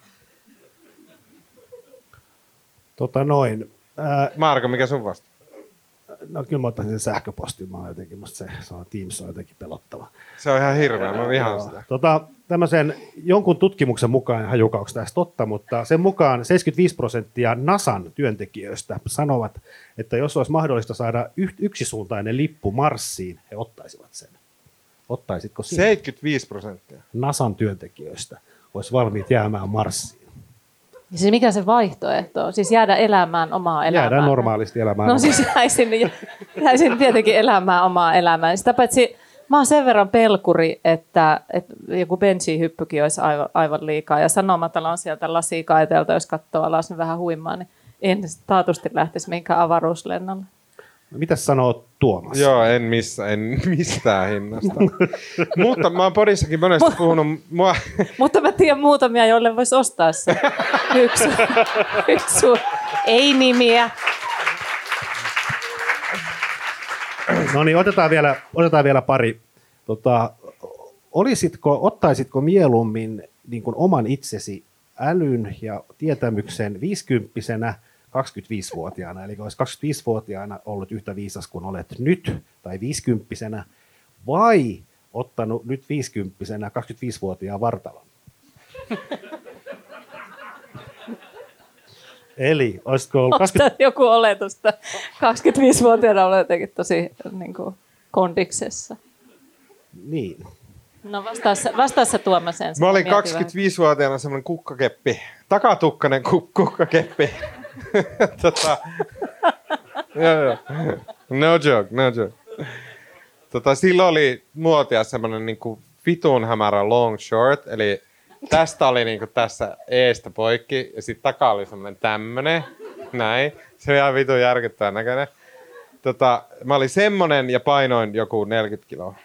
Marko, mikä sun vasta? No kyllä mä ottaisin sen sähköpostin. Musta se Teams on jotenkin pelottava. Se on ihan hirveä, mä vihaan sitä. Tämmöisen jonkun tutkimuksen mukaan, hajuuko tässä totta, mutta sen mukaan 75% NASAn työntekijöistä sanovat, että jos olisi mahdollista saada yksisuuntainen lippu Marsiin, he ottaisivat sen. Ottaisitko sinä? 75%. NASAn työntekijöistä olisi valmiit jäämään Marsiin. Siis mikä se vaihtoehto on? Siis jäädä elämään omaa elämää? Jäädään normaalisti elämään. No siis jäisin tietenkin elämään omaa elämää. Sitä paitsi mä oon sen verran pelkuri, että joku bensiinhyppykin olisi aivan liikaa. Ja sanomatalon sieltä lasikaiteelta, jos katsoo alas, niin vähän huimaa, niin en taatusti lähtisi mihinkään avaruuslennolle. No, mitäs sanoo Tuomas? Joo, en mistään hinnasta. Mutta mä oon podissakin monesti puhunut... Mutta mä tiedän muutamia, joille voisi ostaa se. Yksi. Ei nimiä. No niin, otetaan vielä pari. Ottaisitko mieluummin niin kuin oman itsesi älyn ja tietämyksen 50-vuotiaana 25-vuotiaana, eli olisi 25-vuotiaana ollut yhtä viisas kuin olet nyt, tai 50-vuotiaana, vai ottanut nyt 50-vuotiaana 25-vuotiaan vartalon? Eli olisiko ollut... joku oletus, että 25-vuotiaana olet jotenkin tosi niin kuin, kondiksessa. Niin. No vastaa sä Tuomas ensin. Mä olin 25-vuotiaana semmoinen kukkakeppi, takatukkainen kukkakeppi. Joo. No joke. Silloin oli muotia semmoinen niinku vitun hämärä long short, eli tästä oli niinku tässä eestä poikki ja sitten takaa oli semmoinen tämmönen, näin. Se oli ihan vitun järkyttävän näköinen. Mä olin semmonen ja painoin joku 40 kiloa.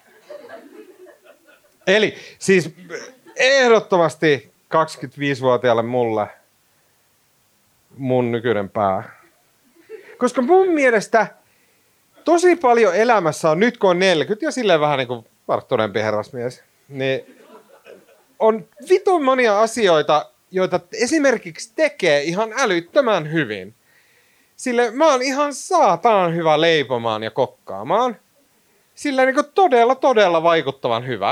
Eli siis ehdottomasti 25-vuotiaalle mulle mun nykyinen pää. Koska mun mielestä tosi paljon elämässä on nyt, kun on 40 ja silleen vähän niin kuin varttuneempi herrasmies, niin on vitun monia asioita, joita esimerkiksi tekee ihan älyttömän hyvin. Sille mä oon ihan saatan hyvä leipomaan ja kokkaamaan. Sillä niin kuin todella vaikuttavan hyvä.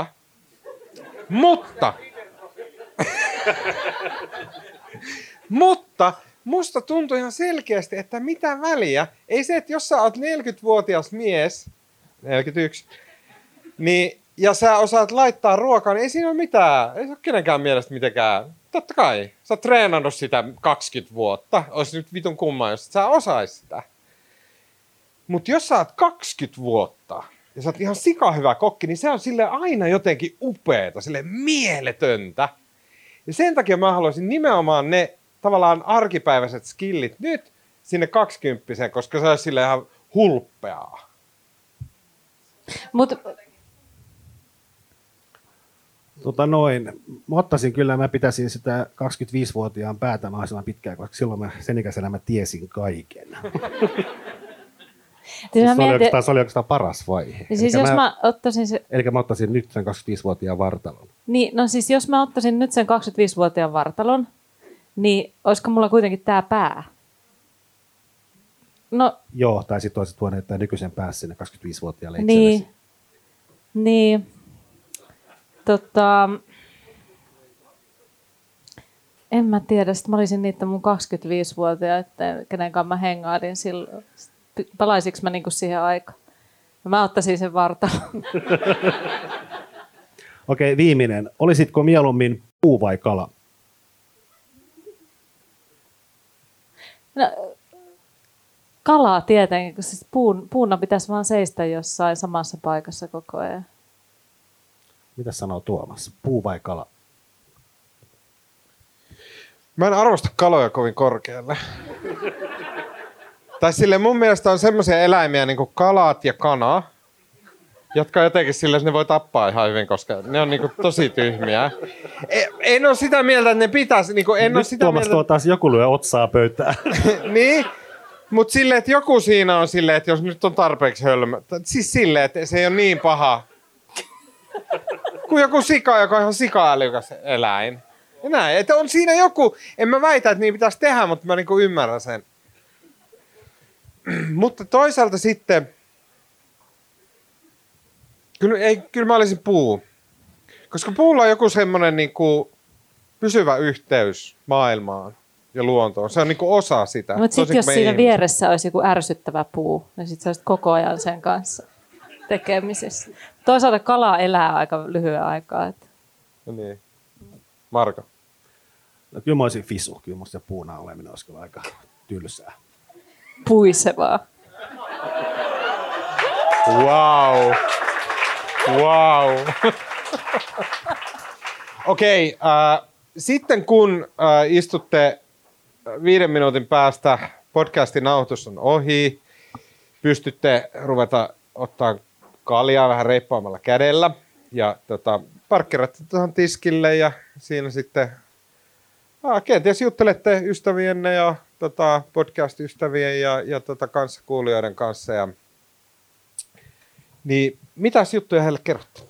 Mutta musta tuntui ihan selkeästi, että mitä väliä. Ei se, että jos sä oot 40-vuotias mies, 41, niin, ja sä osaat laittaa ruokaa, niin ei siinä ole mitään. Ei se ole kenenkään mielestä mitenkään. Totta kai. Sä oot treenannut sitä 20 vuotta. Olisi nyt vitun kummaa, jos sä osais sitä. Mutta jos sä oot 20 vuotta ja sä oot ihan sikahyvä kokki, niin se on sille aina jotenkin upeeta, sille mieletöntä. Ja sen takia mä haluaisin nimenomaan ne tavallaan arkipäiväiset skillit nyt sinne 20-vuotiaaseen, koska se olisi sille ihan hulppeaa. Mä pitäisin sitä 25-vuotiaan päätä mahdollisimman pitkään, koska silloin sen ikäisenä mä tiesin kaiken. Se oli oikeastaan paras vaihe. Siis mä ottaisin nyt sen 25-vuotiaan vartalon. Niin, no siis jos mä ottaisin nyt sen 25-vuotiaan vartalon, niin olisiko mulla kuitenkin tää pää? No, joo, tai sitten olisit tuoneet tämän nykyisen päässä sinne 25-vuotiaalle itsellesi. Niin. En mä tiedä, sitten mä olisin niitä mun 25-vuotiaita, kenen kanssa mä hengaadin silloin. Palaisiko mä niinku siihen aikaan? Mä ottaisin sen vartalon. Okei, viimeinen. Olisitko mieluummin puu vai kala? No, kalaa tietenkin, koska siis puuna pitäisi vaan seistä jossain samassa paikassa koko ajan. Mitä sanoo Tuomas? Puu vai kala? Mä en arvosta kaloja kovin korkealle. Tai silleen mun mielestä on semmoisia eläimiä niin kuin kalat ja kana, jotka jotenkin silleen, ne voi tappaa ihan hyvin, koska ne on niin kuin tosi tyhmiä. En ole sitä mieltä, että ne pitäisi... Niin kuin, Tuomas tuo taas joku lyö otsaa pöytään. Niin, mutta silleen, että joku siinä on silleen, että jos nyt on tarpeeksi hölmö. Siis silleen, että se ei ole niin paha. Kuin joku sika, joka on ihan sika-älykäs eläin. Ja näin, että on siinä joku... En mä väitä, että niin pitäisi tehdä, mutta mä niin kuin ymmärrän sen. Mutta toisaalta sitten, kyllä mä olisin puu. Koska puulla on joku semmoinen niinku pysyvä yhteys maailmaan ja luontoon. Se on niinku osa sitä. Mutta sitten jos siinä vieressä olisi joku ärsyttävä puu, niin sitten sä olisit koko ajan sen kanssa tekemisissä. Toisaalta kala elää aika lyhyen aikaa. Että. No niin. Marko? No, kyllä mä olisin fisu. Kyllä musta puuna oleminen olisi kyllä aika tylsää. Puisevaa. Wow. Okei, sitten kun istutte 5 minuutin päästä, podcastin nauhoitus on ohi, pystytte ruveta ottaa kaljaa vähän reippaamalla kädellä ja parkkeratte tuohon tiskille ja siinä sitten kenties juttelette ystävienne ja podcast-ystävien ja kanssakuulijoiden kanssa. Niin, mitäs juttuja heille kerrottu?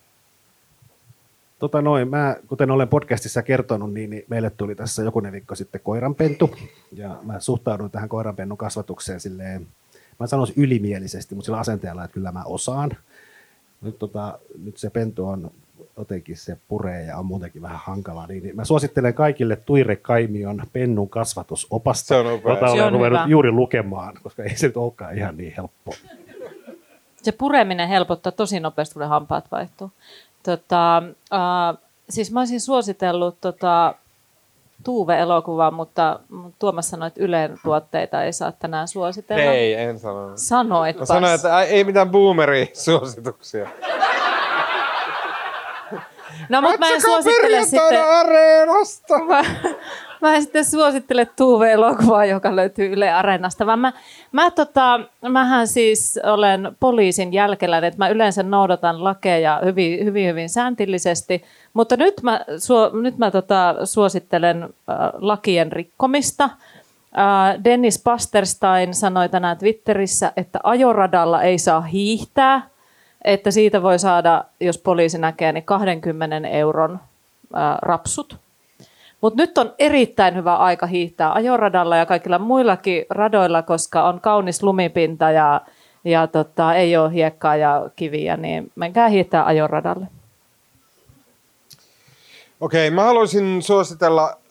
Mä, kuten olen podcastissa kertonut, niin meille tuli tässä jokunen viikko sitten koiranpentu. Ja mä suhtaudun tähän koiranpennun kasvatukseen silleen, mä sanoisin ylimielisesti, mutta sillä asenteella, että kyllä mä osaan. Nyt se pentu on jotenkin se puree ja on muutenkin vähän hankalaa. Niin mä suosittelen kaikille Tuire Kaimion pennun kasvatusopasta, jota olen ruvennut juuri lukemaan, koska ei se nyt olekaan ihan niin helppoa. Se pureminen helpottaa tosi nopeasti, kun ne hampaat vaihtuu. Siis mä olisin suositellut Tuuve-elokuvaa, mutta Tuomas sanoi, että Ylen tuotteita ei saa tänään suositella. Ei, en sanonut. Sanoitpas. Mä sanoin, että ei mitään boomeria-suosituksia. No, mutta mä en suosittele sitten... Areenasta! Mä en sitten suosittele Tuuve-elokuvaa, joka löytyy Yle Areenasta, vaan mähän siis olen poliisin jälkeläinen, että mä yleensä noudatan lakeja hyvin sääntillisesti, mutta nyt mä suosittelen lakien rikkomista. Dennis Pasterstein sanoi tänään Twitterissä, että ajoradalla ei saa hiihtää, että siitä voi saada, jos poliisi näkee, niin 20 euron rapsut. Mutta nyt on erittäin hyvä aika hiihtää ajoradalla ja kaikilla muillakin radoilla, koska on kaunis lumipinta ja ei ole hiekkaa ja kiviä, niin menkää hiihtää ajoradalle. Okei, mä haluaisin suositella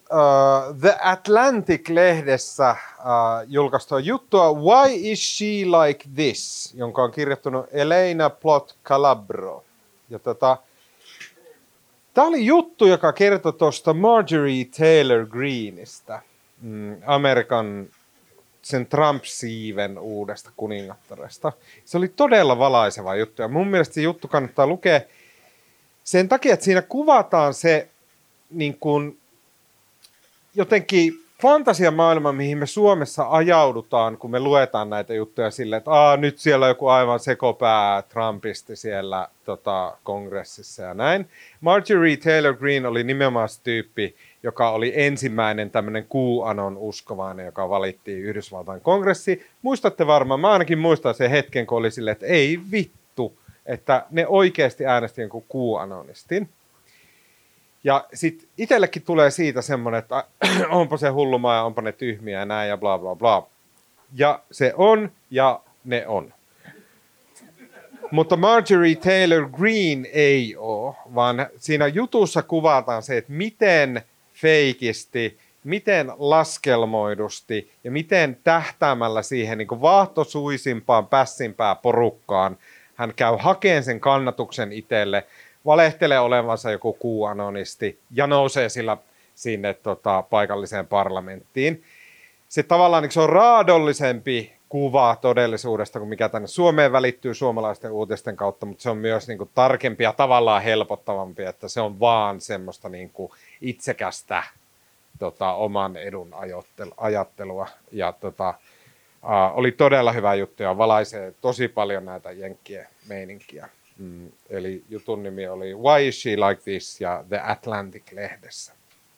The Atlantic-lehdessä julkaistua juttua Why is she like this, jonka on kirjoittanut Elena Plot Calabro. Ja tämä oli juttu, joka kertoi tuosta Marjorie Taylor Greeneistä, Amerikan sen Trump-siiven uudesta kuningattaresta. Se oli todella valaiseva juttu ja mun mielestä se juttu kannattaa lukea sen takia, että siinä kuvataan se niin kuin jotenkin fantasiamaailma, mihin me Suomessa ajaudutaan, kun me luetaan näitä juttuja silleen, että nyt siellä on joku aivan sekopää Trumpisti siellä kongressissa ja näin. Marjorie Taylor Greene oli nimenomaan se tyyppi, joka oli ensimmäinen tämmöinen QAnon uskovainen, joka valittiin Yhdysvaltain kongressiin. Muistatte varmaan, mä ainakin muistan sen hetken, kun oli silleen, että ei vittu, että ne oikeasti äänesti jonkun QAnonistin. Ja sitten itsellekin tulee siitä semmoinen, että onpa se hullumaa ja onpa ne tyhmiä ja näin ja bla bla bla. Ja se on ja ne on. Mutta Marjorie Taylor Greene ei ole, vaan siinä jutussa kuvataan se, että miten feikisti, miten laskelmoidusti ja miten tähtäämällä siihen niin kuin vaahtosuisimpaan, pässimpään porukkaan hän käy hakeen sen kannatuksen itselle, valehtelee olevansa joku QAnonisti ja nousee sillä sinne paikalliseen parlamenttiin. Se tavallaan niin se on raadollisempi kuva todellisuudesta kuin mikä tänne Suomeen välittyy suomalaisten uutisten kautta, mutta se on myös niin kuin tarkempi ja tavallaan helpottavampi, että se on vaan semmoista niin kuin itsekästä oman edun ajattelua. Ja oli todella hyvä juttu ja valaisee tosi paljon näitä jenkkien meininkiä. Eli jutun nimi oli Why is she like this ja The Atlantic-lehdessä.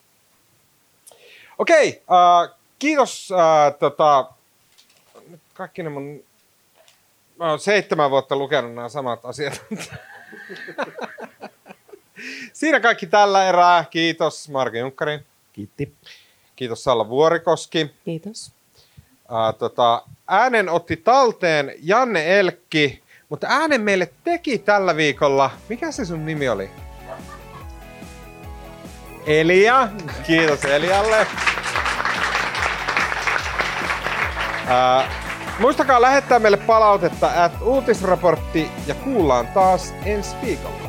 Okei, kiitos. Nyt kaikki ne mä oon 7 vuotta lukenut nämä samat asiat. Siinä kaikki tällä erää. Kiitos Marko Junkkarin. Kiitti. Kiitos Salla Vuorikoski. Kiitos. Äänen otti talteen Janne Elkki, mutta äänen meille teki tällä viikolla. Mikä se sun nimi oli? Elia. Kiitos Elialle. Muistakaa lähettää meille palautetta @uutisraportti ja kuullaan taas ensi viikolla.